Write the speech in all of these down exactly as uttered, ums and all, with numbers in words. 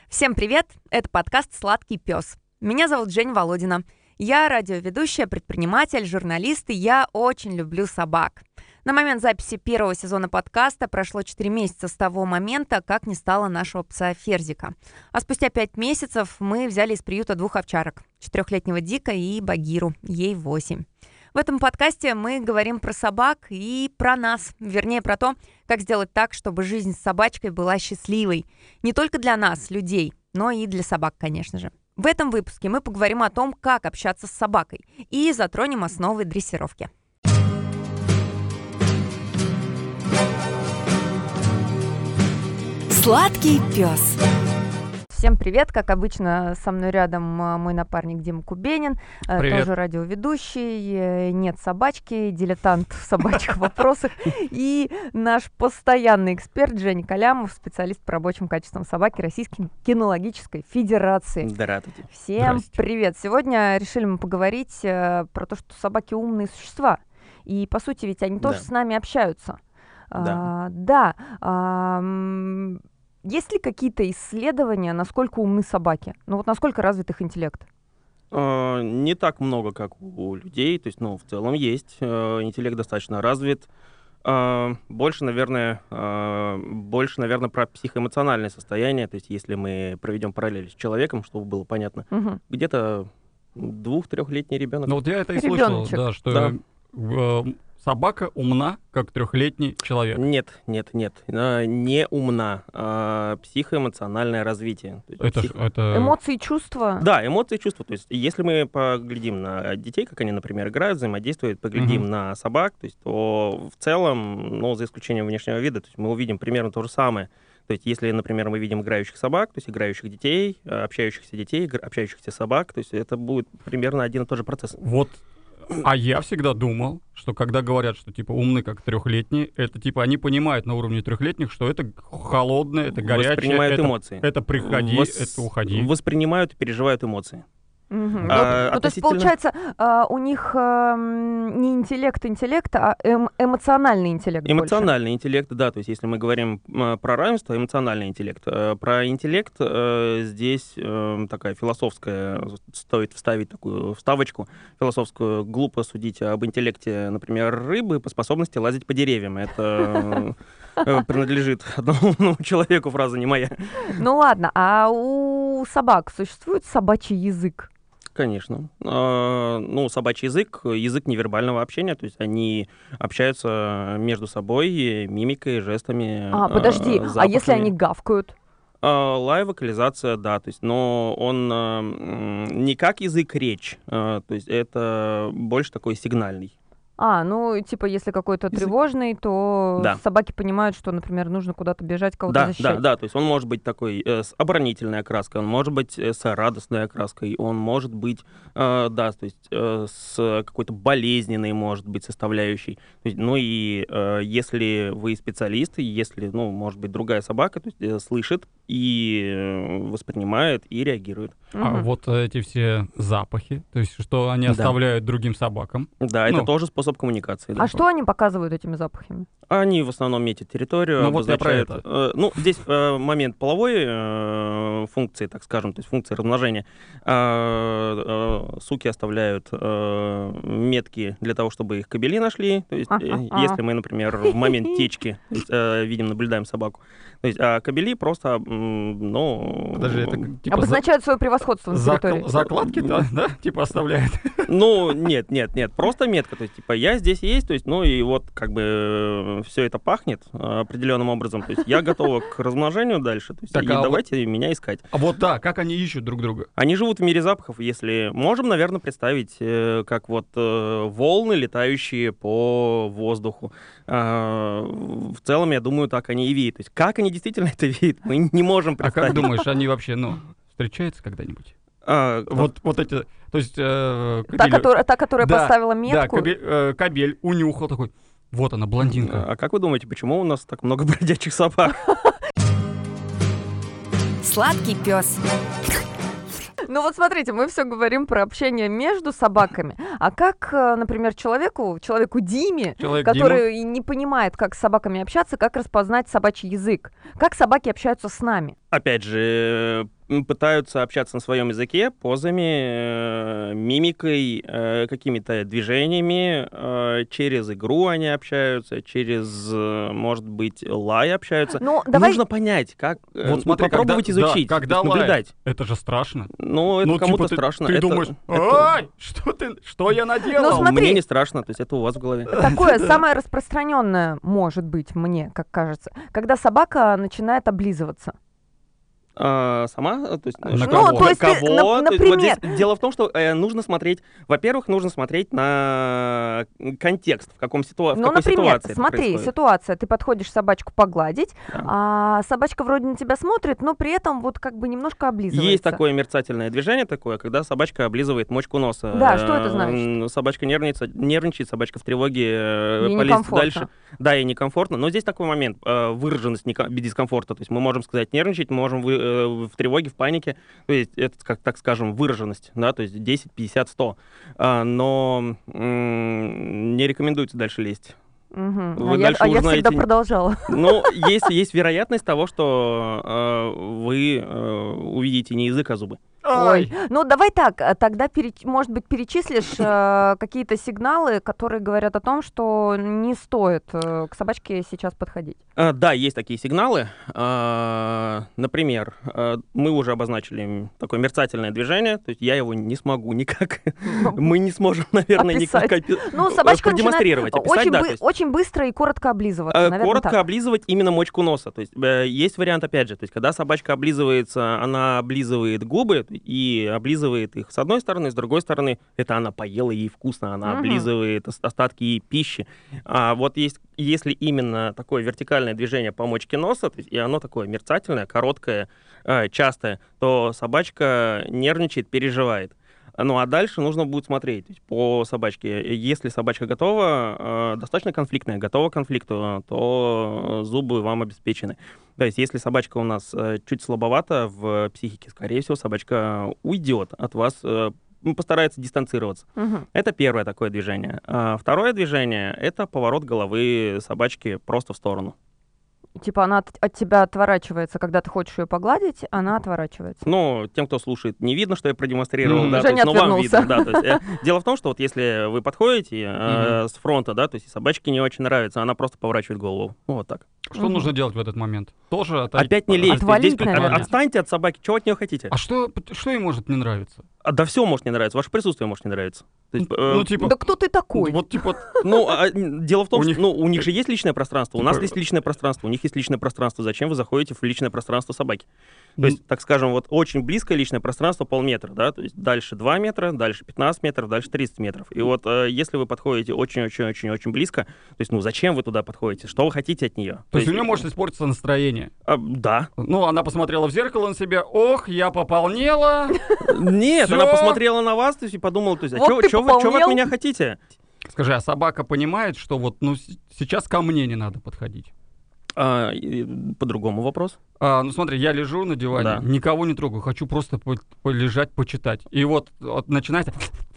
Всем привет! Это подкаст «Сладкий пес». Меня зовут Жень Володина. Я радиоведущая, предприниматель, журналист, и я очень люблю собак. На момент записи первого сезона подкаста прошло четыре месяца с того момента, как не стало нашего пса Ферзика. А спустя пять месяцев мы взяли из приюта двух овчарок. Четырехлетнего Дика и Багиру, ей восемь. В этом подкасте мы говорим про собак и про нас, вернее, про то, как сделать так, чтобы жизнь с собачкой была счастливой. Не только для нас, людей, но и для собак, конечно же. В этом выпуске мы поговорим о том, как общаться с собакой, и затронем основы дрессировки. Сладкий пес. Всем привет, как обычно, со мной рядом мой напарник Дима Кубенин, Привет. Тоже радиоведущий, нет собачки, дилетант в собачьих вопросах, и наш постоянный эксперт Женя Калямов, специалист по рабочим качествам собаки Российской кинологической федерации. Здравствуйте. Всем привет. Сегодня решили мы поговорить про то, что собаки умные существа, и по сути ведь они тоже Да. с нами общаются. Да. А, да. А, м- Есть ли какие-то исследования, насколько умны собаки? Ну вот насколько развит их интеллект? Э, Не так много, как у людей. То есть, ну, в целом есть. Э, Интеллект достаточно развит. Э, Больше, наверное, э, больше, наверное, про психоэмоциональное состояние. То есть, если мы проведем параллель с человеком, чтобы было понятно, Мгм. где-то двух-трехлетний ребенок. Ну вот я это и слышал, Ребёночек. да, что Да. э, собака умна, как трехлетний человек. Нет, нет, нет. Э, Не умна. а Психоэмоциональное развитие. То есть Это, ж- псих- это... Эмоции, чувства? Да, эмоции и чувства. То есть, если мы поглядим на детей, как они, например, играют, взаимодействуют, поглядим Мгм. на собак, то есть, то в целом, ну, за исключением внешнего вида, то есть мы увидим примерно то же самое. То есть, если, например, мы видим играющих собак, то есть играющих детей, э, общающихся детей, игр- общающихся собак, то есть это будет примерно один и тот же процесс. Вот, а я всегда думал, что когда говорят, что типа умный как трехлетний, это типа они понимают на уровне трехлетних, что это холодное, это горячее, Воспринимают это, эмоции. это приходи, Вос- это уходи. Воспринимают и переживают эмоции. Мгм. А, Ну, то есть, относительно- получается, а, у них эм, не интеллект интеллект, а эм- эмоциональный интеллект больше. Эмоциональный интеллект, да, то есть если мы говорим э, про равенство, эмоциональный интеллект. Э, Про интеллект э, здесь э, такая философская, стоит вставить такую вставочку философскую, глупо судить об интеллекте, например, рыбы по способности лазить по деревьям. Это э, принадлежит одному человеку, фраза не моя. Ну ладно, а у собак существует собачий язык? Конечно. Э, Ну, собачий язык, язык невербального общения, то есть они общаются между собой э, мимикой, жестами, А, э, подожди, а если запахами. они гавкают? А, Лай, вокализация, да, то есть, но он а, м, не как язык речь, а, то есть это больше такой сигнальный. А, ну, типа, если какой-то Язык. тревожный, то Да. собаки понимают, что, например, нужно куда-то бежать, кого-то Да, защищать. да, да, то есть он может быть такой э, с оборонительной окраской, он может быть э, с радостной окраской, он может быть, э, да, то есть э, с какой-то болезненной, может быть, составляющей. То есть, ну и э, если вы специалист, и если, ну, может быть, другая собака, то есть э, слышит и э, воспринимает и реагирует. А Мгм. вот эти все запахи, то есть что они Да. оставляют другим собакам. Да, это Ну. тоже способ коммуникации. Да. А что они показывают этими запахами? Они в основном метят территорию, Ну, вот я про обозначают... э, ну, здесь э, момент половой э, функции, так скажем, то есть функции размножения. А, э, суки оставляют э, метки для того, чтобы их кобели нашли. То есть, э, Ага. если мы, например, в момент течки то есть, э, видим, наблюдаем собаку. То есть, а кобели просто, м, ну... Подожди, это как, типа за- Обозначают свое превосходство на закл- территории. закладки-то, да, типа оставляют. Ну, нет, нет, нет, просто метка, то есть, типа, я здесь есть, то есть, ну, и вот, как бы, все это пахнет э, определенным образом, то есть, я готова к размножению дальше, то есть, Так, и а вот- давайте меня искать. А вот да, как они ищут друг друга? Они живут в мире запахов, если можем, наверное, представить, э, как вот э, волны, летающие по воздуху. А, в целом, я думаю, так они и видят. То есть, как они действительно это видят, мы не можем А представить. как думаешь, они вообще, ну, встречаются когда-нибудь? А, Вот, вот эти, то есть... э, Та, кобели- которая, та, которая Да, поставила Да, метку. кобель, э, кобель унюхал такой, вот она, блондинка. а как вы думаете, почему у нас так много бродячих собак? Сладкий пес. Ну вот смотрите, мы все говорим про общение между собаками. А как, э, например, человеку, человеку Диме, Человек который не понимает, как с собаками общаться, как распознать собачий язык? Как собаки общаются с нами? Опять же, пытаются общаться на своем языке позами, э, мимикой, э, какими-то движениями. Э, через игру они общаются, через, э, может быть, лай общаются. Ну, давай... Нужно понять, как э, Вот смотри, попробовать когда, изучить, да, когда то есть наблюдать. лай, это же страшно. Ну, это Ну, кому-то типа, ты- страшно. Ты, это, думаешь, это- ай, что ты, что я наделал? Ну, смотри. Мне не страшно, то есть это у вас в голове. Такое самое распространенное, может быть, мне, как кажется, когда собака начинает облизываться. А, сама? То есть, На что- кого? Ну, то есть ты, кого? на- То есть вот например- здесь дело в том, что э, нужно смотреть, во-первых, нужно смотреть на контекст, в каком ситуа- в Ну, какой например, ситуации это смотри, происходит. ситуация, ты подходишь собачку погладить, Да. а собачка вроде на тебя смотрит, но при этом вот как бы немножко облизывается. Есть такое мерцательное движение такое, когда собачка облизывает мочку носа. Да, что это Э, значит? м, Собачка нервничает, нервничает, собачка в тревоге, э, Ей полезет некомфортно. дальше. Да, ей некомфортно. Но здесь такой момент, э, выраженность неко- дискомфорта. То есть мы можем сказать нервничать, мы можем вы- э, в тревоге, в панике. То есть это, как так скажем, выраженность, да, то есть десять, пятьдесят, сто. А, но м, не рекомендуется дальше лезть. Мгм. Вы А я, дальше а я узнаете- всегда продолжала. Ну, есть, есть вероятность того, что э, вы э, увидите не язык, а зубы. Ой, ну давай так, а тогда, переч- может быть, перечислишь э, какие-то сигналы, которые говорят о том, что не стоит э, к собачке сейчас подходить. А, да, есть такие сигналы. А, например, а, мы уже обозначили такое мерцательное движение, то есть я его не смогу никак, мы не сможем, наверное, никак Описать. опи- Ну, собачка продемонстрировать, начинает описать, очень, да, бы- то есть, очень быстро и коротко облизываться, э, наверное, коротко так. облизывать именно мочку носа. То есть э, есть вариант, опять же, то есть когда собачка облизывается, она облизывает губы и облизывает их с одной стороны, с другой стороны, это она поела, ей вкусно, она Мгм. облизывает ос- остатки пищи. А вот есть, если именно такое вертикальное движение по мочке носа, то есть, и оно такое мерцательное, короткое, э, частое, то собачка нервничает, переживает. Ну а дальше нужно будет смотреть то есть, по собачке. Если собачка готова, э, достаточно конфликтная, готова к конфликту, то зубы вам обеспечены. То есть если собачка у нас э, чуть слабовата в психике, скорее всего, собачка уйдет от вас, э, ну, постарается дистанцироваться. Мгм. Это первое такое движение. А второе движение — это поворот головы собачки просто в сторону. Типа она от, от тебя отворачивается, когда ты хочешь ее погладить, она отворачивается. Ну, тем, кто слушает, не видно, что я продемонстрировал, Мгм. да, то Женя есть, но вам отвернулся. видно, да. То есть, э, дело в том, что вот если вы подходите э, с фронта, да, то есть и собачке не очень нравится, она просто поворачивает голову. Ну, вот так. Что Мгм. нужно делать в этот момент? Тоже отойти- Опять не лезть. Отвалить, Здесь наверное. от- отстаньте от собаки, чего от нее хотите? А что, что ей может не нравиться? А, да все может не нравиться, ваше присутствие может не нравиться. То есть, э, Ну, типа, Да кто ты такой? вот типа, ну, а, м, дело в том, У что них- ну, у них же есть личное пространство, у нас Типа- есть личное пространство, у них есть личное пространство. Зачем вы заходите в личное пространство собаки? То Ну- есть, так скажем, вот очень близкое личное пространство полметра, да, то есть дальше два метра, дальше пятнадцать метров, дальше тридцать метров. И вот э, если вы подходите очень-очень-очень-очень близко, то есть, ну, зачем вы туда подходите? Что вы хотите от нее? то есть у нее может испортиться настроение. а, да. Ну, она посмотрела в зеркало на себя, ох, я пополнела. Нет, Всё? она посмотрела на вас, то есть, и подумала, то есть, а Вот ты что вы, чё вы от пополнел? меня хотите? Скажи, а собака понимает, что вот, ну, с- сейчас ко мне не надо подходить? А, и, по другому вопрос. А, ну смотри, я лежу на диване, Да. никого не трогаю, хочу просто по- полежать, почитать. И вот, вот начинается...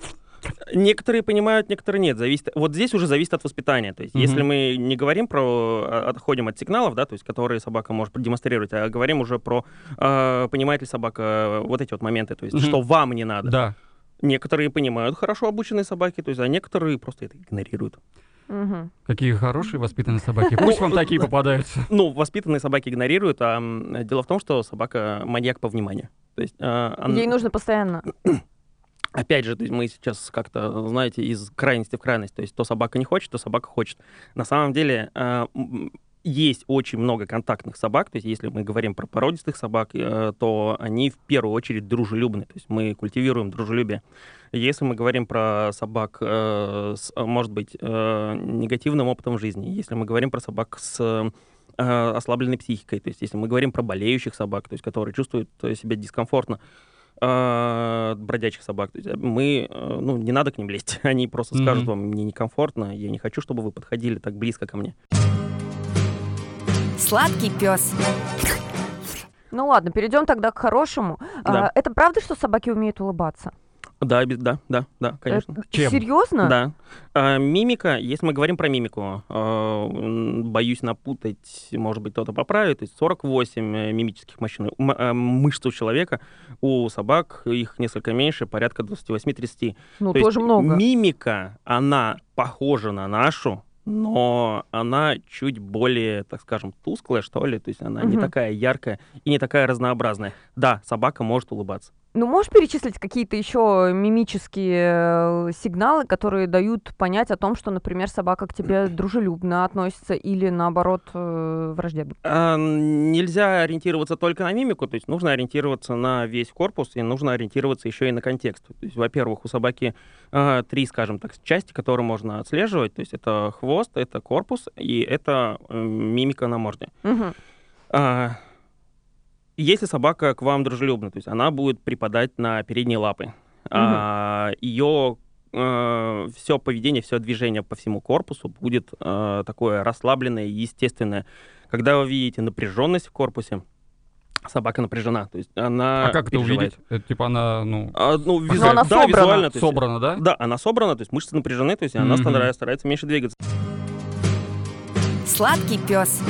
Некоторые понимают, некоторые нет. Зависит, вот здесь уже зависит от воспитания. То есть, Мгм. если мы не говорим про, а, отходим от сигналов, да, то есть, которые собака может продемонстрировать, а говорим уже про, э, понимает ли собака э, вот эти вот моменты, то есть, Мгм. что вам не надо. Да. Некоторые понимают хорошо обученные собаки, то есть, а некоторые просто это игнорируют. Мгм. Какие хорошие воспитанные собаки. Пусть вам такие попадаются. Ну, воспитанные собаки игнорируют, а м, дело в том, что собака маньяк по вниманию. То есть, э, он- Ей нужно постоянно. Опять же, то есть мы сейчас как-то, знаете, из крайности в крайность. То есть то собака не хочет, то собака хочет. На самом деле э, м, есть очень много контактных собак. То есть если мы говорим про породистых собак, э, то они в первую очередь дружелюбны. То есть мы культивируем дружелюбие. Если мы говорим про собак э, с, может быть, э, негативным опытом жизни, если мы говорим про собак с э, ослабленной психикой, то есть если мы говорим про болеющих собак, то есть которые чувствуют э, себя дискомфортно, э, бродячих собак. То есть мы, э, ну, не надо к ним лезть. Они просто Мгм. скажут вам, мне некомфортно, я не хочу, чтобы вы подходили так близко ко мне. Сладкий пес. Ну ладно, перейдем тогда к хорошему. Да. А, это правда, что собаки умеют улыбаться? Да, без- да, да, да, конечно. Э, Чем? Серьезно? Да. А, мимика, если мы говорим про мимику, а, м, боюсь напутать, может быть, кто-то поправит, то есть сорок восемь э, мимических мышц, м- а, мышц у человека, у собак их несколько меньше, порядка двадцать восемь тридцать. Ну, То есть тоже много. мимика, она похожа на нашу, но она чуть более, так скажем, тусклая, что ли, то есть она не Мгм. такая яркая и не такая разнообразная. Да, собака может улыбаться. Ну, можешь перечислить какие-то еще мимические э, сигналы, которые дают понять о том, что, например, собака к тебе дружелюбно относится или, наоборот, э, враждебно? А, Нельзя ориентироваться только на мимику, то есть нужно ориентироваться на весь корпус, и нужно ориентироваться еще и на контекст. То есть, во-первых, у собаки а, три, скажем так, части, которые можно отслеживать. То есть это хвост, это корпус и это э, мимика на морде. Мгм. А, Если собака к вам дружелюбна, то есть она будет припадать на передние лапы. Ее все поведение, все движение по всему корпусу будет а, такое расслабленное, естественное. Когда вы видите напряженность в корпусе, собака напряжена, то есть она А как это переживает. увидеть? Это, типа она, ну, А, ну, Но визуально, она да, собрана. визуально. то есть- собрана, да? Да, она собрана, то есть мышцы напряжены, то есть она Мгм. старается, старается меньше двигаться. Сладкий пес.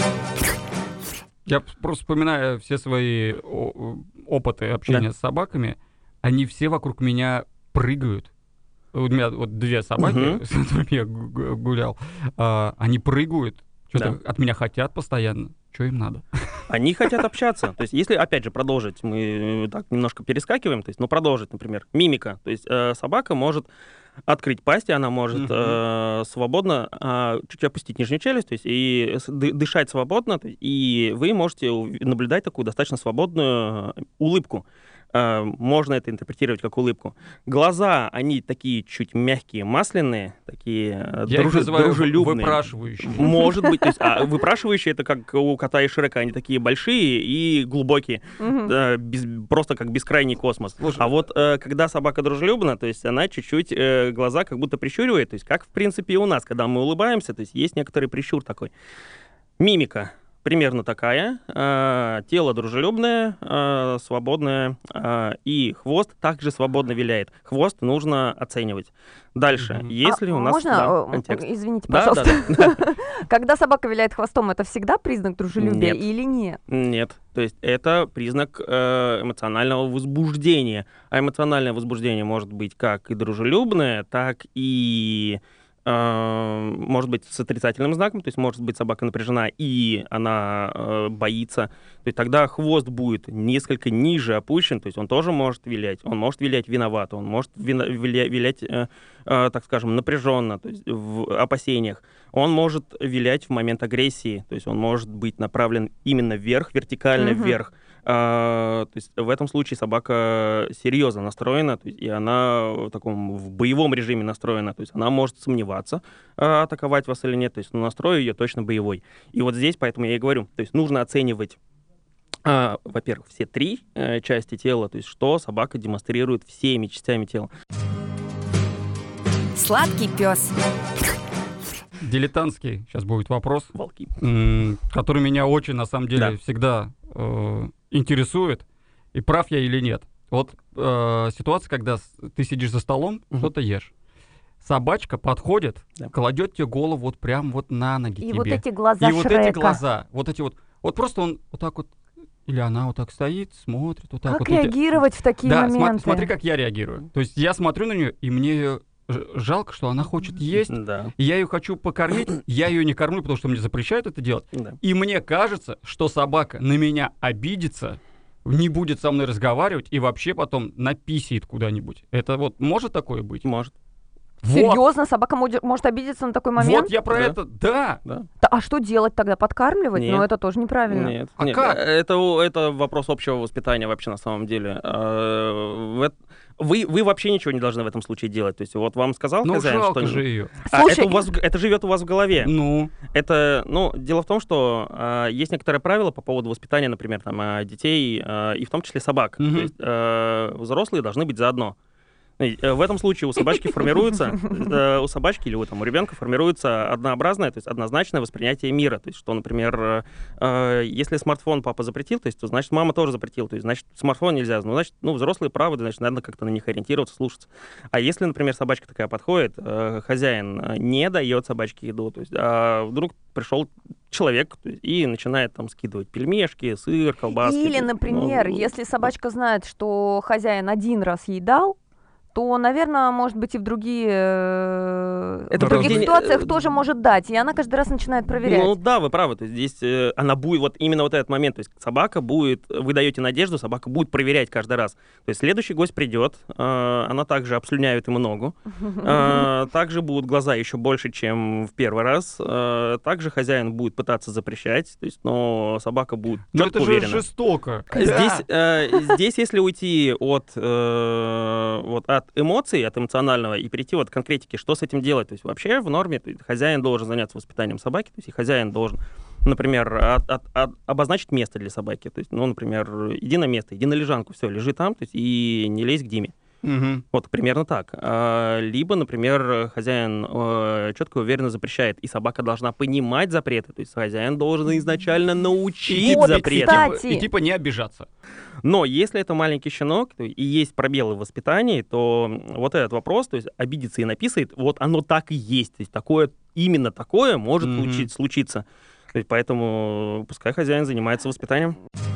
Я просто вспоминаю все свои о- опыты общения Да. с собаками, они все вокруг меня прыгают. У меня вот две собаки, Мгм. с которыми я гу- гу- гулял, а, они прыгают, что-то Да. от меня хотят постоянно. Что им надо? Они хотят общаться. То есть, если, опять же, продолжить, мы э, так немножко перескакиваем, то есть, ну, продолжить, например, мимика. То есть, э, собака может открыть пасть, и она может Мгм. э, свободно а, чуть опустить нижнюю челюсть, то есть, и с- ды- дышать свободно, то есть, и вы можете ув- наблюдать такую достаточно свободную э, улыбку. Э, Можно это интерпретировать как улыбку. Глаза, они такие чуть мягкие, масляные, такие э, Я их дружи- называю дружелюбные. выпрашивающие. Может быть, то есть, а выпрашивающие это как у кота и Шрека, они такие большие и глубокие, Мгм. э, без- просто как бескрайний космос. Слушай, А вот э, когда собака дружелюбна, то есть она чуть-чуть э, глаза как будто прищуривает, то есть как в принципе и у нас, когда мы улыбаемся, то есть есть некоторый прищур такой. Мимика примерно такая, э, тело дружелюбное, э, свободное, э, и хвост также свободно виляет. Хвост нужно оценивать. Дальше, Мгм. если А у нас... можно, да, э, м, контекст. извините, Да, пожалуйста, да, да. когда собака виляет хвостом, это всегда признак дружелюбия Нет. или нет? Нет, то есть это признак э, эмоционального возбуждения. А эмоциональное возбуждение может быть как и дружелюбное, так и э, может быть с отрицательным знаком, то есть может быть собака напряжена и она э, боится. То есть тогда хвост будет несколько ниже опущен, то есть он тоже может вилять. Он может вилять виновато, он может вина- виля- вилять, э, э, так скажем, напряженно, то есть в опасениях. Он может вилять в момент агрессии, то есть он может быть направлен именно вверх, вертикально Мгм. вверх. А, то есть в этом случае собака серьезно настроена, то есть, и она в таком в боевом режиме настроена, то есть она может сомневаться, а, атаковать вас или нет, то есть ну, настрой ее точно боевой. И вот здесь, поэтому я и говорю, то есть нужно оценивать, а, во-первых, все три э, части тела, то есть что собака демонстрирует всеми частями тела. Сладкий пес. Дилетантский сейчас будет вопрос, Волки. м, который меня очень, на самом деле, Да. всегда э, интересует, и прав я или нет. Вот э, ситуация, когда с- ты сидишь за столом, Мгм. что-то ешь. Собачка подходит, Да. кладет тебе голову вот прям вот на ноги И тебе. вот эти глаза И вот Шрека. эти глаза, вот эти вот, вот просто он вот так вот, или она вот так стоит, смотрит, вот так Как вот. и те- реагировать в такие Да, сма- моменты? смотри, как я реагирую. То есть я смотрю на нее, и мне её ж- жалко, что она хочет есть, Да, и я ее хочу покормить, я ее не кормлю, потому что мне запрещают это делать. да. И мне кажется, что собака на меня обидится, не будет со мной разговаривать и вообще потом написит куда-нибудь. Это вот может такое быть? Может. Вот, Серьезно, собака мode- может обидеться на такой момент? вот я про Да. это, да. Да. Та- А что делать тогда? Подкармливать? Нет. Но это тоже неправильно. Нет, А нет, как? э, Это, у- это вопрос общего воспитания вообще на самом деле. А, в эт- Вы, вы вообще ничего не должны в этом случае делать. То есть вот вам сказал Ну хозяин, жалко что... же ее. А Слушай, это, у вас, в г- это живет у вас в голове. Ну, Это, ну, дело в том, что а, есть некоторые правила по поводу воспитания, например, там, а, детей, а, и в том числе собак. Мгм. То есть а, взрослые должны быть заодно. В этом случае у собачки формируется, у собачки или у, там, у ребенка формируется однообразное, то есть однозначное восприятие мира. То есть, что, например, если смартфон папа запретил, то есть, то, значит, мама тоже запретила. То есть, значит, смартфон нельзя. Ну, значит, ну, взрослые правы, значит, надо как-то на них ориентироваться, слушаться. А если, например, собачка такая подходит, хозяин не дает собачке еду, то есть, а вдруг пришел человек и начинает там скидывать пельмешки, сыр, колбаски. Или, например, ну, если собачка знает, что хозяин один раз ей дал, то, наверное, может быть, и в другие это в других день... ситуациях тоже может дать, и она каждый раз начинает проверять. Ну да, вы правы, то есть здесь э, она будет, вот именно вот этот момент, то есть собака будет, вы даете надежду, собака будет проверять каждый раз. То есть следующий гость придет, э, она также обслюняет ему ногу, э, также будут глаза еще больше, чем в первый раз, э, также хозяин будет пытаться запрещать, то есть, но собака будет четко уверена. Но это же жестоко. Здесь, э, здесь если уйти от, э, вот, от эмоций, от эмоционального и перейти вот к конкретике, что с этим делать. То есть вообще в норме хозяин должен заняться воспитанием собаки, то есть и хозяин должен, например, от, от, от, обозначить место для собаки. То есть, ну, например, иди на место, иди на лежанку, все, лежи там, то есть, и не лезь к Диме. Угу. Вот примерно так. А, либо, например, хозяин э, четко и уверенно запрещает, и собака должна понимать запреты. То есть хозяин должен изначально научить вот, запреты. Кстати. И, и типа не обижаться. Но если это маленький щенок и есть пробелы в воспитании, то вот этот вопрос, то есть обидеться и написать, вот оно так и есть. То есть такое, именно такое может mm-hmm. случить, случиться. То есть поэтому пускай хозяин занимается воспитанием.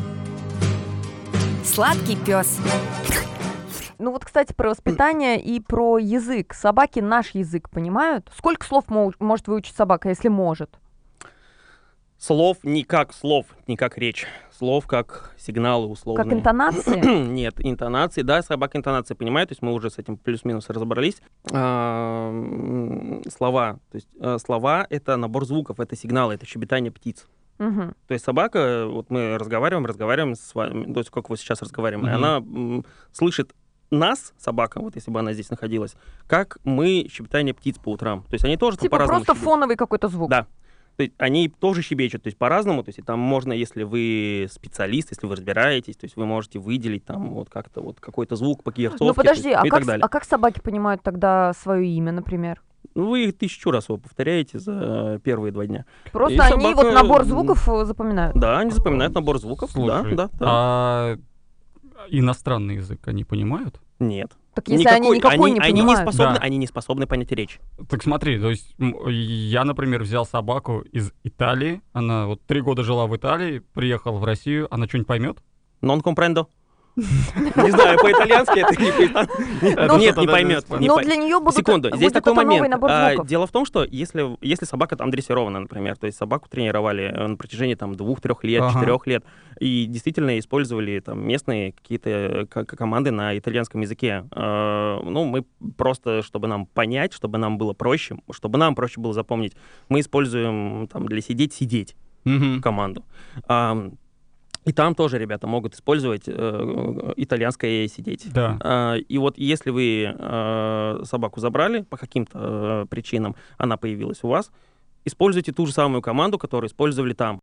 Сладкий пес. Ну вот, кстати, про воспитание и про язык. Собаки наш язык понимают? Сколько слов мож- может выучить собака, если может? Слов не как слов, не как речь. Слов как сигналы условные. Как интонации? Нет, интонации. Да, собака интонации понимает, то есть мы уже с этим плюс-минус разобрались. А, слова. То есть а, слова — это набор звуков, это сигналы, это щебетание птиц. Угу. То есть собака, вот мы разговариваем, разговариваем с вами, то есть как вот сейчас разговариваем, угу. и она м, слышит нас, собака, вот если бы она здесь находилась, как мы щебетание птиц по утрам. То есть они тоже типа по-разному просто щебечут. Фоновый какой-то звук. Да. То есть они тоже щебечут, то есть по-разному, то есть и там можно, если вы специалист, если вы разбираетесь, то есть вы можете выделить там вот как-то вот какой-то звук по герцовке. Ну подожди, есть, а, и как, так далее. а как собаки понимают тогда свое имя, например? Ну, вы тысячу раз его повторяете за первые два дня. Просто и они собака... вот набор звуков запоминают? Да, они запоминают набор звуков. Слушай, да, да, да. А иностранный язык они понимают? Нет. Так если никакой, они никакой они, не они понимают? Не способны, Да. Они не способны понять речь. Так смотри, то есть м, я, например, взял собаку из Италии, она вот три года жила в Италии, приехала в Россию, она что-нибудь поймет? Non comprendo. Не знаю, по-итальянски это не по- Нет, не поймет. Но для нее будут Секунду, здесь будет такой это новый момент. набор А, звуков. Дело в том, что если, если собака там дрессирована, например, то есть собаку тренировали э, на протяжении там двух-трех лет, Ага. четырех лет, и действительно использовали там местные какие-то к- команды на итальянском языке. Э, ну, мы просто, чтобы нам понять, чтобы нам было проще, чтобы нам проще было запомнить, мы используем там для сидеть-сидеть Мгм. команду. А, И там тоже ребята могут использовать э, итальянское сидеть. Да. А, и вот если вы э, собаку забрали по каким-то э, причинам, она появилась у вас, используйте ту же самую команду, которую использовали там.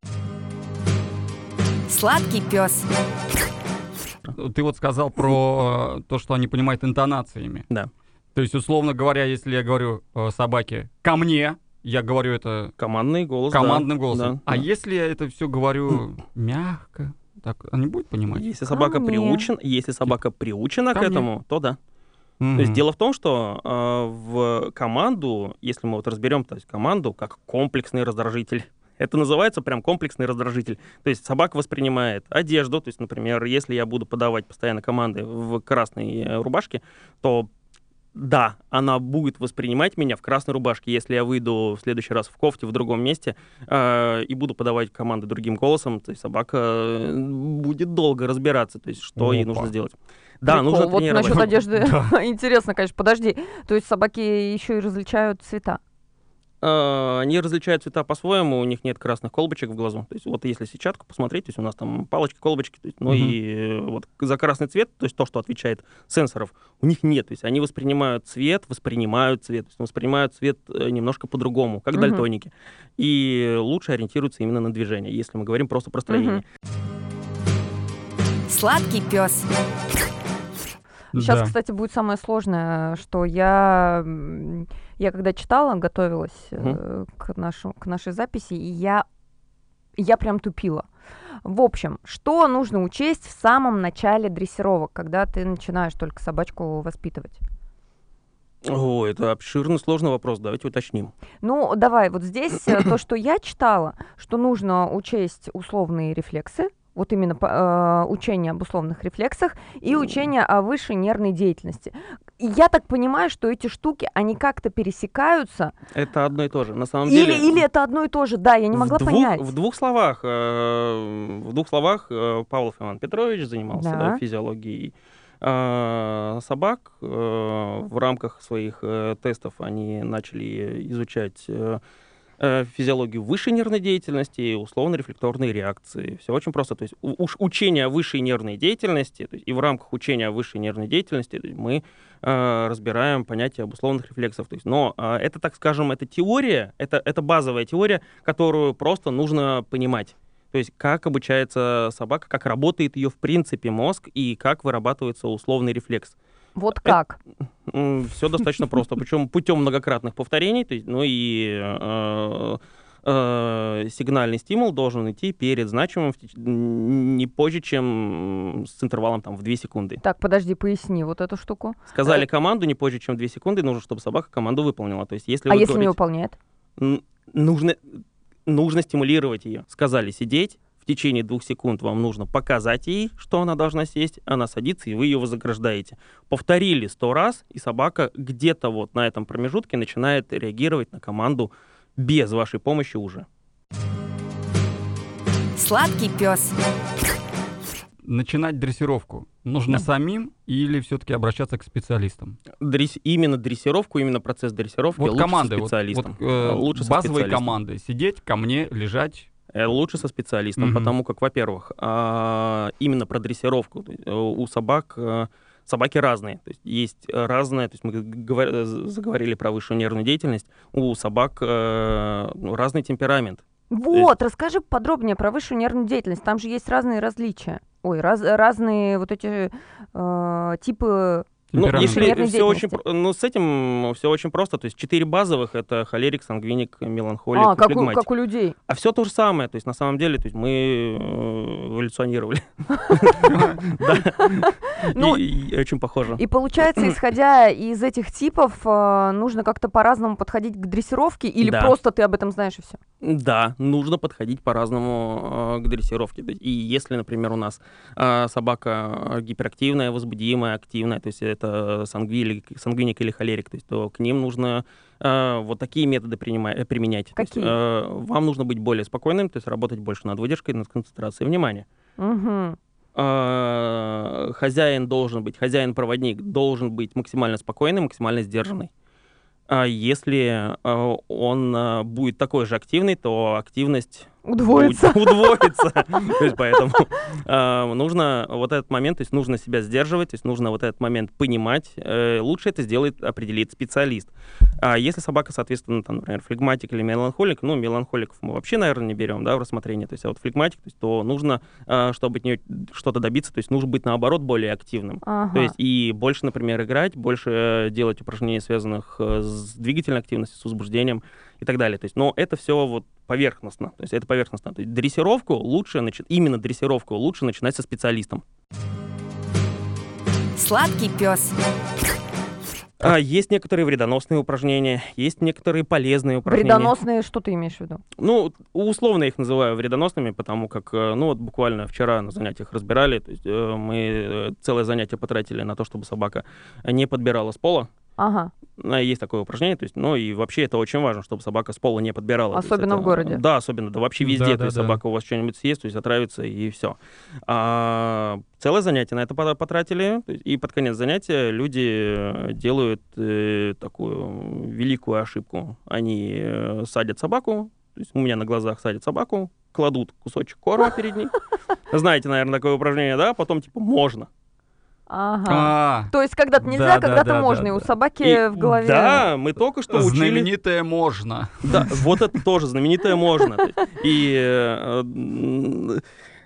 Сладкий пес. Ты вот сказал про э, то, что они понимают интонациями. Да. То есть, условно говоря, если я говорю э, собаке «ко мне», я говорю это Командный голос. командным да, голосом. да, а да. если я это все говорю мягко, так они будут понимать? Если собака, мне. приучен, если собака приучена Ко к мне. этому, то да. Мгм. То есть дело в том, что э, в команду, если мы вот разберем, то есть команду как комплексный раздражитель, это называется прям комплексный раздражитель. То есть собака воспринимает одежду, то есть, например, если я буду подавать постоянно команды в красной э, рубашке, то да, она будет воспринимать меня в красной рубашке. Если я выйду в следующий раз в кофте в другом месте э, и буду подавать команды другим голосом, то есть собака э, будет долго разбираться, то есть что ей Опа. нужно сделать. Да, Прикол. нужно Вот тренировать. насчет одежды интересно, конечно. Подожди, то есть собаки еще и различают цвета? Э, Они различают цвета по-своему, у них нет красных колбочек в глазу. То есть вот если сетчатку посмотреть, то есть у нас там палочки, колбочки, то есть, ну Мгм. и э, вот за красный цвет, то есть то, что отвечает сенсоров, у них нет. То есть они воспринимают цвет, воспринимают цвет, то есть воспринимают цвет э, немножко по-другому, как Мгм. дальтоники. И лучше ориентируются именно на движение, если мы говорим просто про строение. Сладкий пес. Сейчас, Да. кстати, будет самое сложное, что я, м, я когда читала, готовилась э, к, нашу, к нашей записи, и я, я прям тупила. В общем, что нужно учесть в самом начале дрессировок, когда ты начинаешь только собачку воспитывать? О, это обширный, сложный вопрос, давайте уточним. Ну, давай, вот здесь э, то, что я читала, что нужно учесть условные рефлексы, вот именно по- э, учение об условных рефлексах и учение о высшей нервной деятельности. И я так понимаю, что эти штуки, они как-то пересекаются. Это одно и то же. На самом Или, деле... или это одно и то же, да, я не могла в двух, понять. В двух словах, э, в двух словах э, Павлов Иван Петрович занимался Да. физиологией э, собак. Э, в рамках своих э, тестов они начали изучать э, э, физиологию высшей нервной деятельности и условно-рефлекторные реакции. Все очень просто. То есть у- уж учение о высшей нервной деятельности, то есть и в рамках учения о высшей нервной деятельности то есть мы э, разбираем понятие об условных рефлексах. То есть, но э, это, так скажем, это теория, это, это базовая теория, которую просто нужно понимать. То есть как обучается собака, как работает ее в принципе мозг и как вырабатывается условный рефлекс. Вот как? Все достаточно просто, причем путем многократных повторений, то есть, ну и э, э, сигнальный стимул должен идти перед значимым в теч- не позже, чем с интервалом там, в две секунды. Так, подожди, поясни вот эту штуку. Сказали команду не позже, чем две секунды, нужно, чтобы собака команду выполнила. То есть, если А вы если не говорите, выполняет? н- нужно, нужно стимулировать ее. Сказали сидеть, в течение двух секунд вам нужно показать ей, что она должна сесть, она садится, и вы ее вознаграждаете. Повторили сто раз, и собака где-то вот на этом промежутке начинает реагировать на команду без вашей помощи уже. Сладкий пес. Начинать дрессировку нужно Да. самим или все-таки обращаться к специалистам? Дресс- именно дрессировку, именно процесс дрессировки Вот лучше команды, со вот, специалистом. вот, э, Лучше со базовые специалистом. команды. Сидеть, ко мне, лежать. Э, Лучше со специалистом, Мгм. потому как, во-первых, а, именно про дрессировку. То есть, э, у собак э, собаки разные. То есть есть э, разные, то есть мы г- говор- э, з- заговорили про высшую нервную деятельность. У собак э, ну, разный темперамент. Вот, расскажи подробнее про высшую нервную деятельность. Там же есть разные различия. Ой, раз- разные вот эти э, типы. Ну, Темперамент. если Нервной все очень, деятельности. про- ну, с этим все очень просто. То есть четыре базовых — это холерик, сангвиник, меланхолик А, и как у, флегматик. как у людей. А все то же самое. То есть на самом деле то есть мы э, эволюционировали. Да. Ну, И- и очень похоже. И получается, исходя из этих типов, э, нужно как-то по-разному подходить к дрессировке, или Да. просто ты об этом знаешь и все? Да, нужно подходить по-разному э, к дрессировке. То есть, и если, например, у нас э, собака э, гиперактивная, возбудимая, активная, то есть это сангвиник, сангвиник или холерик, то, есть, то к ним нужно э, вот такие методы принима- э, применять. То есть, Какие? э, вам нужно быть более спокойным, то есть работать больше над выдержкой, над концентрацией внимания. Угу. Э, хозяин должен быть, хозяин-проводник должен быть максимально спокойный, максимально сдержанный. А если э, он э, будет такой же активный, то активность Удвоится. будет удвоится. То есть поэтому э, нужно вот этот момент, то есть нужно себя сдерживать, то есть нужно вот этот момент понимать. Э, Лучше это сделает, определит специалист. А если собака, соответственно, там, например, флегматик или меланхолик, ну, меланхоликов мы вообще, наверное, не берем, да, в рассмотрение, то есть а вот флегматик, то, есть, то нужно, э, чтобы от нее что-то добиться, то есть нужно быть, наоборот, более активным. Ага. То есть и больше, например, играть, больше э, делать упражнений, связанных э, с двигательной активностью, с возбуждением и так далее. То есть, но это все вот поверхностно. То есть это поверхностно. То есть дрессировку лучше, начи- именно дрессировку лучше начинать со специалистом. Сладкий пес. А, есть некоторые вредоносные упражнения, есть некоторые полезные упражнения. Вредоносные, что ты имеешь в виду? Ну, условно я их называю вредоносными, потому как, э, ну, вот буквально вчера на занятиях разбирали, то есть э, мы э, целое занятие потратили на то, чтобы собака не подбирала с пола. Ага. А, Есть такое упражнение, то есть, ну и вообще это очень важно, чтобы собака с пола не подбирала. То есть Особенно это- в городе. Да, особенно, да вообще везде, Да, то есть да, да. собака у вас что-нибудь съест, то есть отравится и все. А, целое занятие на это по- потратили, то есть, и под конец занятия люди э, делают э, такую великую ошибку. Они э, садят собаку, то есть у меня на глазах садят собаку, кладут кусочек корма перед ней. Знаете, наверное, такое упражнение, да? Потом типа можно. Ага. А, То есть когда-то нельзя, Да, да, когда-то да, можно, да, и у да. собаки И- в голове... Да, мы только что учили. знаменитое можно. Да, вот это тоже знаменитое можно. То есть, И э, м,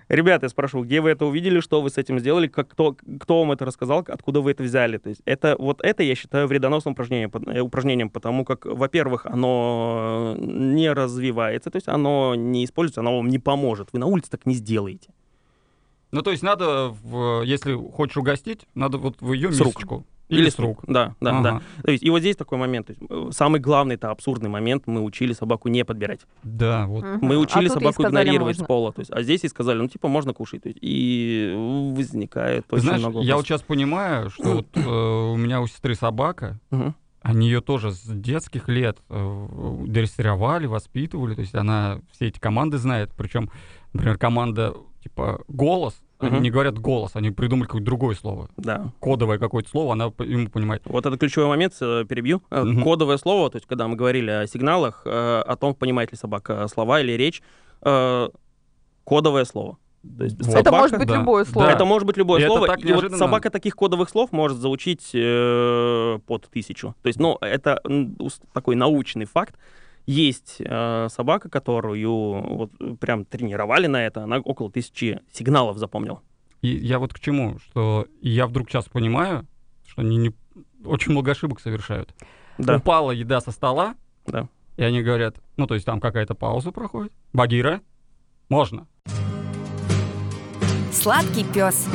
Ребята, я спрашиваю, где вы это увидели, что вы с этим сделали, как, кто, кто вам это рассказал, откуда вы это взяли. То есть это, вот это, я считаю, вредоносным упражнением, упражнением, потому как, во-первых, оно не развивается, то есть оно не используется, оно вам не поможет. Вы на улице так не сделаете. Ну, то есть надо, в, если хочешь угостить, надо вот в ее С рук. мисочку. Или, Или с рук. рук. Да, да, Ага. да. То есть, и вот здесь такой момент. То есть, самый главный, это абсурдный момент. Мы учили собаку не подбирать. Да, вот. Мгм. Мы А учили тут ей собаку сказали, игнорировать можно. с пола. То есть, а здесь ей сказали, ну, типа, можно кушать. То есть, и возникает Ты очень знаешь, много я вот вопросов. сейчас понимаю, что вот э, у меня у сестры собака, Мгм. они ее тоже с детских лет э, дрессировали, воспитывали, то есть она все эти команды знает, причем, например, команда типа «голос», они Мгм. не говорят «голос», они придумали какое-то другое слово, Да. кодовое какое-то слово, она п- ему понимает. Вот это ключевой момент, э, перебью. Э, Мгм. Кодовое слово, то есть, когда мы говорили о сигналах, э, о том, понимает ли собака слова или речь, э, кодовое слово. То есть Вот. Это собака- может быть да, любое слово. да. Это может быть любое И это слово. так И вот неожиданно. собака таких кодовых слов может заучить э, под тысячу. То есть, ну, это м, ус- такой научный факт. Есть э, собака, которую вот прям тренировали на это, она около тысячи сигналов запомнила. И я вот к чему, что я вдруг сейчас понимаю, что они не... очень много ошибок совершают. Да, Упала еда со стола, да. и они говорят, ну, то есть там какая-то пауза проходит. Багира, можно. Сладкий пес.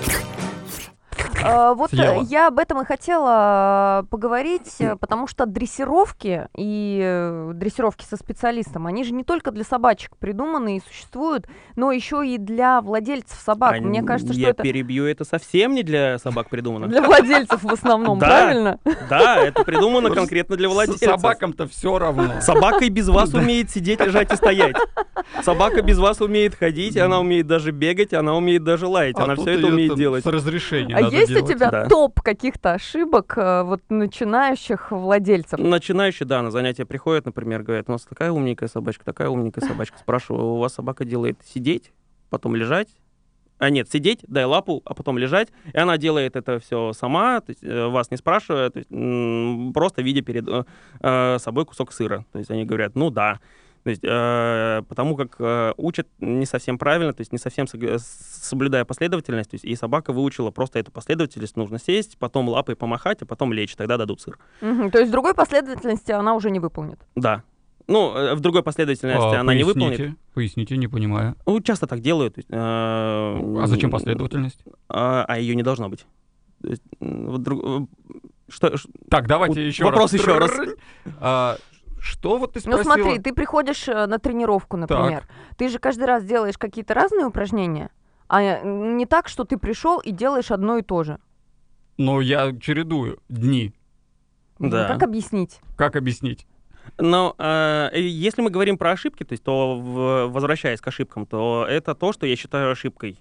А, Вот э, Съела. я об этом и хотела э, поговорить, э, потому что дрессировки и э, дрессировки со специалистом, они же не только для собачек придуманы и существуют, но еще и для владельцев собак. А Мне кажется, что я это перебью, это совсем не для собак придумано. для владельцев в основном, Да. правильно? Да, это придумано конкретно для С владельцев. собакам-то все равно. Собака и без вас умеет сидеть, лежать и стоять. Собака без вас умеет ходить, она умеет даже бегать, она умеет даже лаять. А Она тут все это её умеет там делать. С разрешения А надо есть у делать. тебя Да. топ каких-то ошибок э, вот начинающих владельцев? Начинающие, да, на занятия приходят, например, говорят, у нас такая умненькая собачка, такая умненькая собачка. Спрашиваю, у вас собака делает сидеть, потом лежать? А нет, сидеть, дай лапу, а потом лежать. И она делает это все сама, то есть, э, вас не спрашивая, то есть, м, просто видя перед э, э, собой кусок сыра. То есть они говорят, ну да. То есть, э, потому как э, учат не совсем правильно, то есть не совсем сог- соблюдая последовательность, то есть и собака выучила просто эту последовательность, нужно сесть, потом лапой помахать, а потом лечь, тогда дадут сыр. Мгм, то есть другой последовательности она уже не выполнит. Да. Ну, э, в другой последовательности А, она не поясните, выполнит. Поясните, не понимаю. Ну, часто так делают. то есть, э, А зачем последовательность? А, а ее не должно быть. То есть, м, вот друг- э, что, ш- Так, давайте Вот еще вопрос раз. еще раз. А, что вот ты Ну спросила? смотри, ты приходишь э, на тренировку, например. Ты же каждый раз делаешь какие-то разные упражнения, а э, не так, что ты пришел и делаешь одно и то же. Ну, я чередую дни. Ну, Да. Как объяснить? Как объяснить? Но э, если мы говорим про ошибки, то есть, то в- возвращаясь к ошибкам, то это то, что я считаю ошибкой.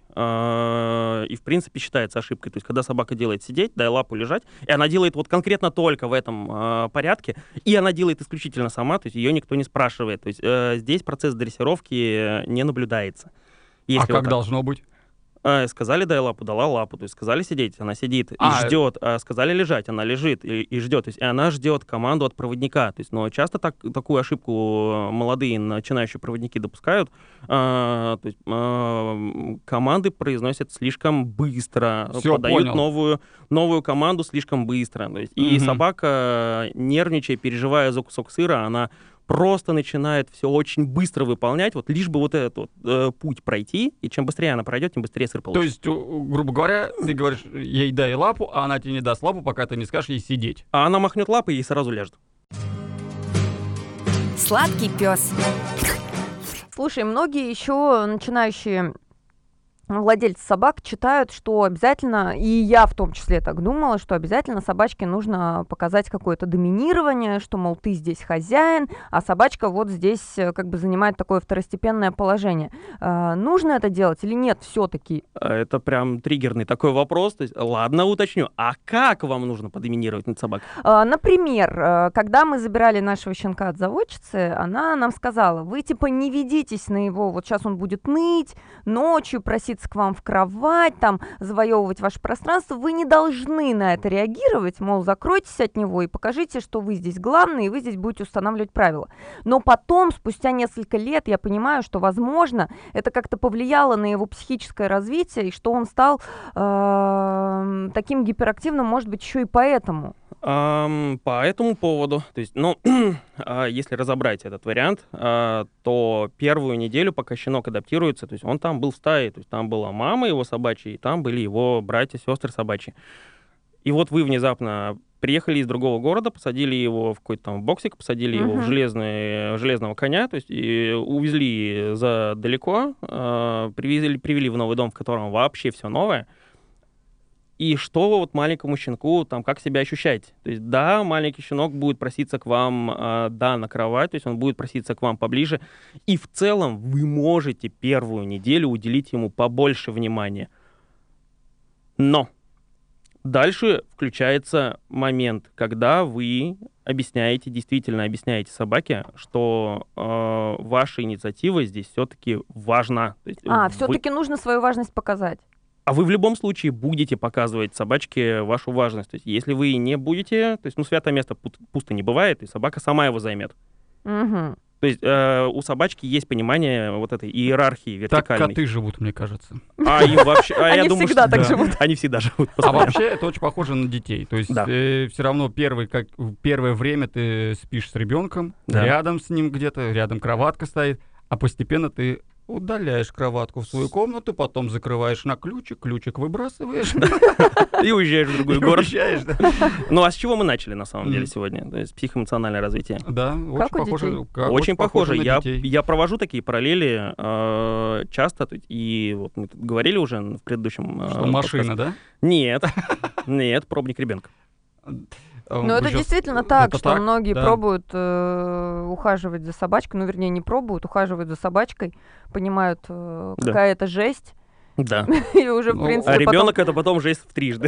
Э, и в принципе считается ошибкой. То есть, когда собака делает сидеть, дай лапу лежать, и она делает вот конкретно только в этом э, порядке, и она делает исключительно сама, то есть ее никто не спрашивает. То есть э, здесь процесс дрессировки не наблюдается. А Если вот как так. должно быть? А, сказали дай лапу, дала лапу, то есть сказали сидеть, она сидит и А, ждет, а сказали лежать, она лежит и, и ждет, то есть и она ждет команду от проводника, то есть, но часто так, такую ошибку молодые начинающие проводники допускают, а, то есть а, команды произносят слишком быстро, Всё, подают понял. новую новую команду слишком быстро, то есть, и Мгм. собака, нервничая, переживая за кусок сыра, она просто начинает все очень быстро выполнять, вот лишь бы вот этот вот, э, путь пройти, и чем быстрее она пройдет, тем быстрее сыр То получится. есть, у- грубо говоря, ты говоришь, ей дай лапу, а она тебе не даст лапу, пока ты не скажешь ей сидеть. А она махнет лапой и сразу ляжет. Сладкий пес. Слушай, многие еще начинающие владельцы собак читают, что обязательно, и я в том числе так думала, что обязательно собачке нужно показать какое-то доминирование, что, мол, ты здесь хозяин, а собачка вот здесь э, как бы занимает такое второстепенное положение. А, нужно это делать или нет все-таки? А Это прям триггерный такой вопрос. То есть, ладно, уточню. А как вам нужно подоминировать над собакой? А, Например, э, когда мы забирали нашего щенка от заводчицы, она нам сказала, вы типа не ведитесь на его, вот сейчас он будет ныть, ночью проситься проситься к вам в кровать, там, завоевывать ваше пространство, вы не должны на это реагировать, мол, закройтесь от него и покажите, что вы здесь главный, и вы здесь будете устанавливать правила. Но потом, спустя несколько лет, я понимаю, что, возможно, это как-то повлияло на его психическое развитие, и что он стал э, таким гиперактивным, может быть, еще и поэтому. Um, по этому поводу, то есть, ну, если разобрать этот вариант, uh, то первую неделю, пока щенок адаптируется, то есть он там был в стае, то есть там была мама его собачья, и там были его братья, сестры собачьи. И вот вы внезапно приехали из другого города, посадили его в какой-то там боксик, посадили uh-huh. его в железный, железного коня, то есть и увезли за далеко, uh, привезли, привели в новый дом, в котором вообще все новое. И что вот маленькому щенку, там, как себя ощущаете? То есть, да, маленький щенок будет проситься к вам, э, да, на кровать, то есть он будет проситься к вам поближе. И в целом вы можете первую неделю уделить ему побольше внимания. Но дальше включается момент, когда вы объясняете, действительно объясняете собаке, что э, ваша инициатива здесь все-таки важна. То есть а, вы... все-таки нужно свою важность показать. А вы в любом случае будете показывать собачке вашу важность. То есть если вы не будете, то есть, ну, святое место пусто не бывает, и собака сама его займет. Угу. То есть э, у собачки есть понимание вот этой иерархии вертикальной. Так коты живут, мне кажется. А им вообще... А Они я думаю, всегда что... так да. живут. Они всегда живут. А вообще это очень похоже на детей. То есть Да. э, все равно первый, как, первое время ты спишь с ребенком, Да. рядом с ним где-то, рядом кроватка стоит, а постепенно ты удаляешь кроватку в свою комнату, потом закрываешь на ключик, ключик выбрасываешь. И уезжаешь в другой И город. уезжаешь, да. Ну а с чего мы начали на самом деле Мгм. сегодня? То есть психоэмоциональное развитие. Да, очень у похоже. детей. как- Очень похоже. на Я, детей. я провожу такие параллели э, часто. то есть, И вот мы тут говорили уже в предыдущем... э, Что машина, подкасте. да? Нет. Нет, пробник ребенка. Ну, Вы это щас- действительно так, это что так, многие да. пробуют э, ухаживать за собачкой, ну, вернее, не пробуют, ухаживают за собачкой, понимают, э, Да. какая это жесть, Да. и уже, в Ну, принципе, А потом- ребенок это потом жесть в трижды.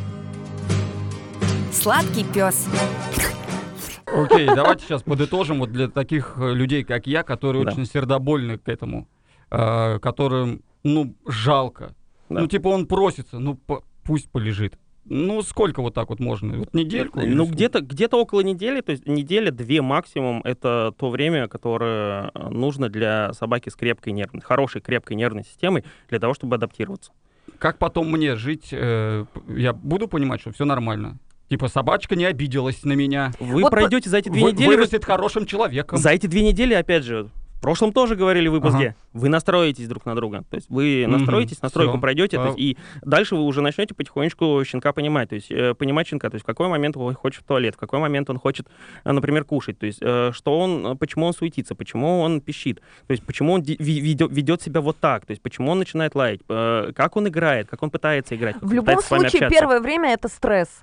Сладкий пес. Окей, давайте сейчас подытожим вот для таких э, людей, как я, которые Да. очень сердобольны к этому, э, которым, ну, жалко. Да. Ну, типа он просится, ну, по- пусть полежит. Ну, сколько вот так вот можно? Вот недельку? или Ну, сколько? где-то где-то около недели, то есть неделя-две максимум, это то время, которое э, нужно для собаки с крепкой нервной, хорошей крепкой нервной системой для того, чтобы адаптироваться. Как потом мне жить? э, п- я буду понимать, что все нормально? Типа собачка не обиделась на меня. Вы Вот пройдете за эти две вы- недели... вы- вырастет хорошим человеком. За эти две недели, опять же, в прошлом тоже говорили в выпуске, вы настроитесь друг на друга. То есть вы Мгм, настроитесь, настройку всё. пройдете, то А- есть, и дальше вы уже начнете потихонечку щенка понимать. То есть э, понимать щенка, то есть в какой момент он хочет в туалет, в какой момент он хочет, э, например, кушать. То есть э, что он, э, почему он суетится, почему он пищит, то есть почему он ди- ви- ведё- ведет себя вот так, то есть почему он начинает лаять, э, как он играет, как он пытается играть. как В он любом пытается с вами случае, общаться. первое время это стресс.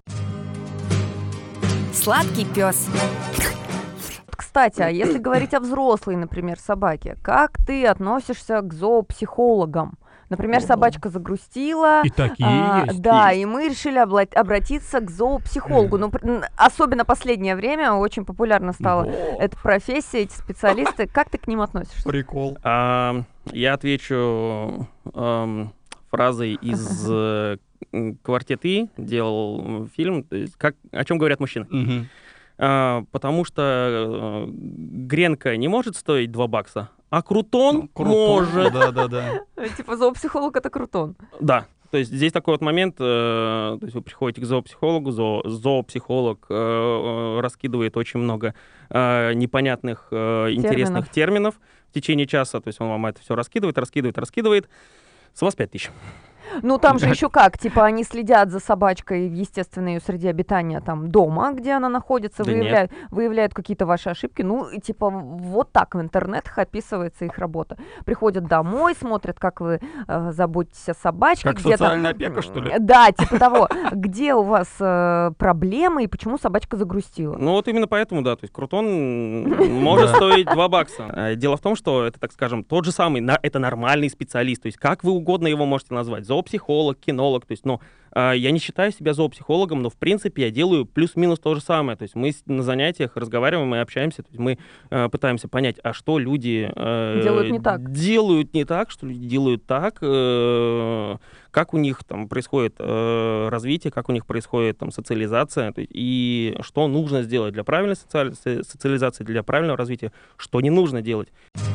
Сладкий пес. Кстати, а если говорить о взрослой, например, собаке, как ты относишься к зоопсихологам? Например, собачка загрустила. И такие а, есть. да, есть. и мы решили обла- обратиться к зоопсихологу. Ну, пр- н- особенно последнее время очень популярна стала Во, эта профессия, эти специалисты. Как ты к ним относишься? Прикол. А, я отвечу ам, фразой из э, м, «Квартеты», делал фильм, то есть как, о чем говорят мужчины. Мгм. А, потому что э, гренка не может стоить два бакса, а крутон Ну, круто. может. Да, да, да. Типа зоопсихолог — это крутон. Да. То есть здесь такой вот момент, э, то есть вы приходите к зоопсихологу, зоо, зоопсихолог э, э, раскидывает очень много э, непонятных, э, интересных терминов в течение часа, то есть он вам это все раскидывает, раскидывает, раскидывает. С вас пять тысяч. Ну, там же еще как, типа, они следят за собачкой в естественной ее среде обитания, там, дома, где она находится, Да выявляют, выявляют какие-то ваши ошибки. Ну, и, типа, вот так в интернетах описывается их работа. Приходят домой, смотрят, как вы э, заботитесь о собачке. Как где-то- социальная опека, что ли? Да, типа того. Где у вас э, проблемы и почему собачка загрустила? Ну вот именно поэтому, да, то есть крутон может Да. стоить два бакса. А, Дело в том, что это, так скажем, тот же самый, на- это нормальный специалист, то есть как вы угодно его можете назвать, зоопсихолог, зоопсихолог, кинолог, то есть, ну, я не считаю себя зоопсихологом, но, в принципе, я делаю плюс-минус то же самое. То есть мы на занятиях разговариваем и общаемся, то есть мы э, пытаемся понять, а что люди э, делают не так, делают не так, что люди делают так, э, как у них там происходит э, развитие, как у них происходит там социализация, то есть, и что нужно сделать для правильной социали- социализации, для правильного развития, что не нужно делать.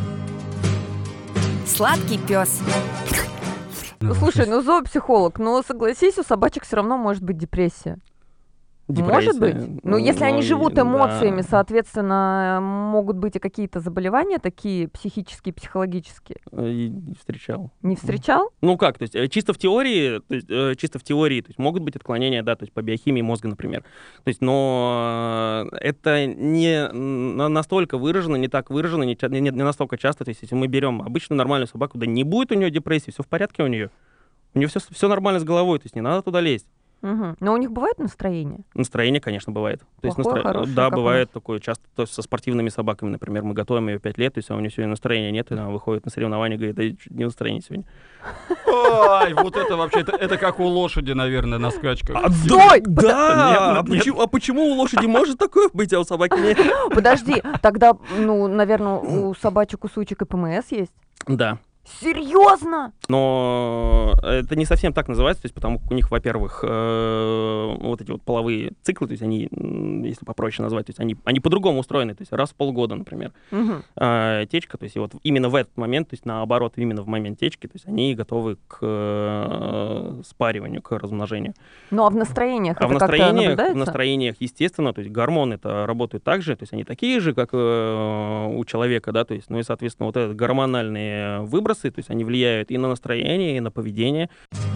Сладкий пес. Ну, слушай, ну зоопсихолог, но согласись, у собачек все равно может быть депрессия. Депрессия. Может быть. Ну, если они живут эмоциями, да. соответственно, могут быть и какие-то заболевания такие психические, психологические. И не встречал. Не встречал? Ну как, то есть э, чисто в теории, то есть, э, чисто в теории, то есть могут быть отклонения, да, то есть по биохимии мозга, например. То есть, но э, это не на- настолько выражено, не так выражено, не, ча- не, не настолько часто. То есть если мы берем обычную нормальную собаку, да не будет у нее депрессии, все в порядке у нее. У нее все, все нормально с головой, то есть не надо туда лезть. Угу. Но у них бывает настроение? Настроение, конечно, бывает. То есть Плохое, настро... хорошее, Да, как у бывает такое часто, то есть со спортивными собаками, например, мы готовим ее пять лет, то есть а у нее сегодня настроения нет, и она выходит на соревнования и говорит, да чуть не настроение сегодня. Ой, вот это вообще, это, это как у лошади, наверное, на скачках. Стой! Да! Нет, А нет. почему, а почему у лошади может такое быть, а у собаки нет? Подожди, тогда, ну, наверное, у собачек, у сучек и ПМС есть? Да. Серьезно? Но это не совсем так называется, то есть потому как у них, во-первых, э, вот эти вот половые циклы, то есть они, м, если попроще назвать, то есть они, они по-другому устроены, то есть раз в полгода, например, Мгм. э, течка, то есть и вот именно в этот момент, то есть наоборот, именно в момент течки, то есть они готовы к э, спариванию, к размножению. Ну, а в настроениях А в это как-то настроениях, в наблюдается? настроениях, естественно, то есть гормоны-то работают так же, то есть они такие же, как э, у человека, да, то есть, ну и, соответственно, вот этот гормональные выбросы, то есть они влияют и на настроение, и на поведение.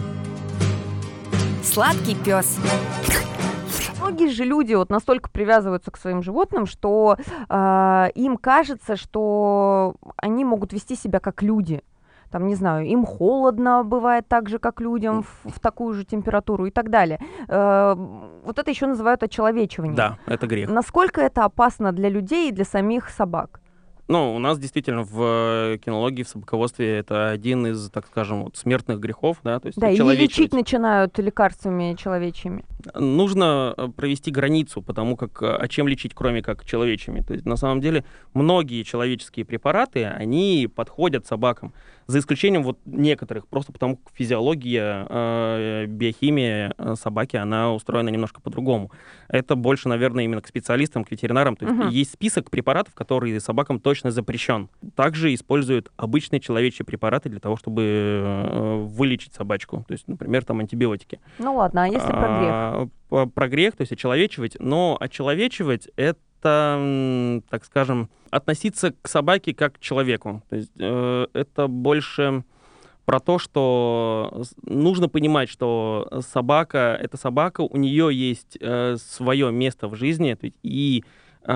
Сладкий пес. Многие же люди вот настолько привязываются к своим животным, что а, им кажется, что они могут вести себя как люди. Там, не знаю, им холодно бывает так же, как людям, в, в такую же температуру и так далее. Э, вот это еще называют очеловечиванием. Да, это грех. Насколько это опасно для людей и для самих собак? Ну, у нас действительно в кинологии, в собаководстве это один из, так скажем, вот, смертных грехов, да, то есть Да, или человечность. лечить начинают лекарствами человечьими. Нужно э, провести границу, потому как, э, а чем лечить, кроме как человечьими? То есть, на самом деле, многие человеческие препараты, они подходят собакам, за исключением вот некоторых, просто потому как физиология, э, биохимия э, собаки, она устроена немножко по-другому. Это больше, наверное, именно к специалистам, к ветеринарам. То есть, Мгм. есть список препаратов, которые собакам точно запрещен. Также используют обычные человечьи препараты для того, чтобы э, вылечить собачку. То есть, например, там антибиотики. Ну ладно, а если про грех? А, по- Про грех, то есть очеловечивать, но очеловечивать — это, м, так скажем, относиться к собаке как к человеку. То есть э, это больше про то, что с- нужно понимать, что собака — это собака, у нее есть свое место в жизни, то есть и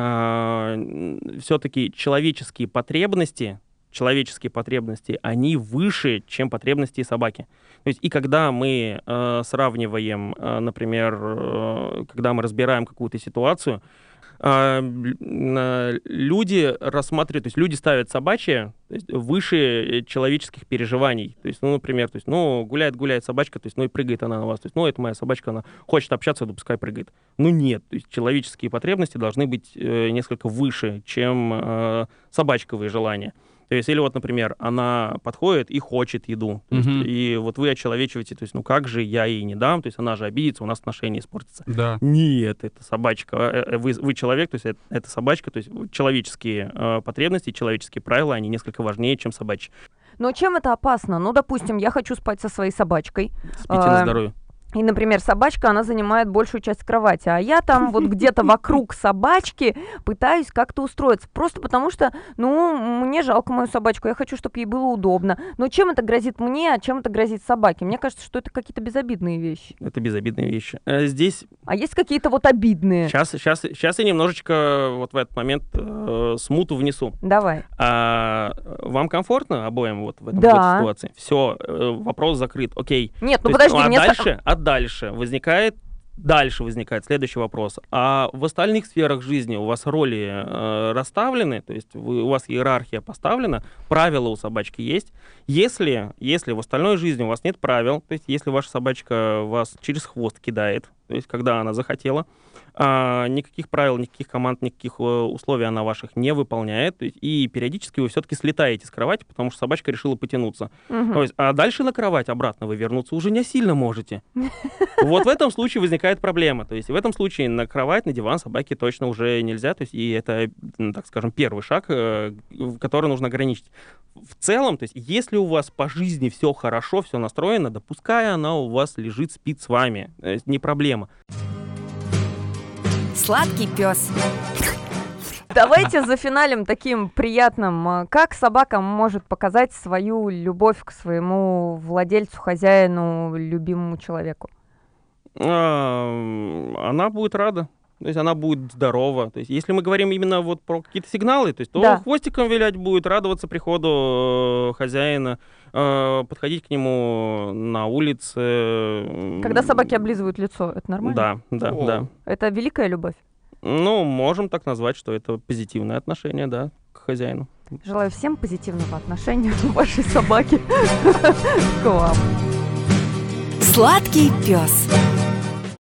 все-таки человеческие потребности, человеческие потребности, они выше, чем потребности собаки. То есть и когда мы э, сравниваем, э, например, э, когда мы разбираем какую-то ситуацию, э, э, люди рассматривают, то есть люди ставят собачье, то есть, выше человеческих переживаний. То есть, ну, например, то есть, ну, гуляет-гуляет собачка, то есть, ну, и прыгает она на вас. То есть, ну, это моя собачка, она хочет общаться, да пускай прыгает. Ну, нет. То есть, человеческие потребности должны быть э, несколько выше, чем э, собачковые желания. То есть, или вот, например, она подходит и хочет еду. То есть, Мгм. и вот вы очеловечиваете, то есть, ну как же я ей не дам, то есть она же обидится, у нас отношения испортятся. Да. Нет, это собачка, э, э, вы, вы человек, то есть это, это собачка, то есть человеческие э, потребности, человеческие правила, они несколько важнее, чем собачьи. Но чем это опасно? Ну, допустим, я хочу спать со своей собачкой. Спите на А, здоровье. И, например, собачка, она занимает большую часть кровати, а я там вот где-то вокруг собачки пытаюсь как-то устроиться. Просто потому что, ну, мне жалко мою собачку, я хочу, чтобы ей было удобно. Но чем это грозит мне, а чем это грозит собаке? Мне кажется, что это какие-то безобидные вещи. Это безобидные вещи. Э, Здесь А есть какие-то вот обидные? сейчас, сейчас, сейчас я немножечко вот в этот момент э, смуту внесу. Давай. А вам комфортно обоим вот в, этом, Да. в этой ситуации? Все, вопрос закрыт, окей. Нет, То ну есть, подожди, а мне... со- дальше, а дальше возникает Дальше возникает следующий вопрос. А в остальных сферах жизни у вас роли э, расставлены, то есть вы, у вас иерархия поставлена, правила у собачки есть. Если, если в остальной жизни у вас нет правил, то есть если ваша собачка вас через хвост кидает, то есть когда она захотела, а, никаких правил, никаких команд, никаких условий она ваших не выполняет, то есть, и периодически вы все-таки слетаете с кровати, потому что собачка решила потянуться. Мгм. То есть, а дальше на кровать обратно вы вернуться уже не сильно можете. Вот в этом случае возникает проблема. То есть в этом случае на кровать, на диван собаке точно уже нельзя. То есть и это, ну, так скажем, первый шаг, э, который нужно ограничить. В целом, то есть если у вас по жизни все хорошо, все настроено, да пускай она у вас лежит, спит с вами. То есть не проблема. Сладкий пес. Давайте зафиналим таким приятным. А, Как собака может показать свою любовь к своему владельцу, хозяину, любимому человеку? А, Она будет рада. То есть она будет здорова. То есть если мы говорим именно вот про какие-то сигналы, то есть то Да. хвостиком вилять будет, радоваться приходу э, хозяина, э, подходить к нему на улице. м, Когда собаки облизывают лицо, это нормально? Да, да, О. да. Это великая любовь. Ну, можем так назвать, что это позитивное отношение, да, к хозяину. Желаю всем позитивного отношения вашей собаки к вам. Сладкий пес.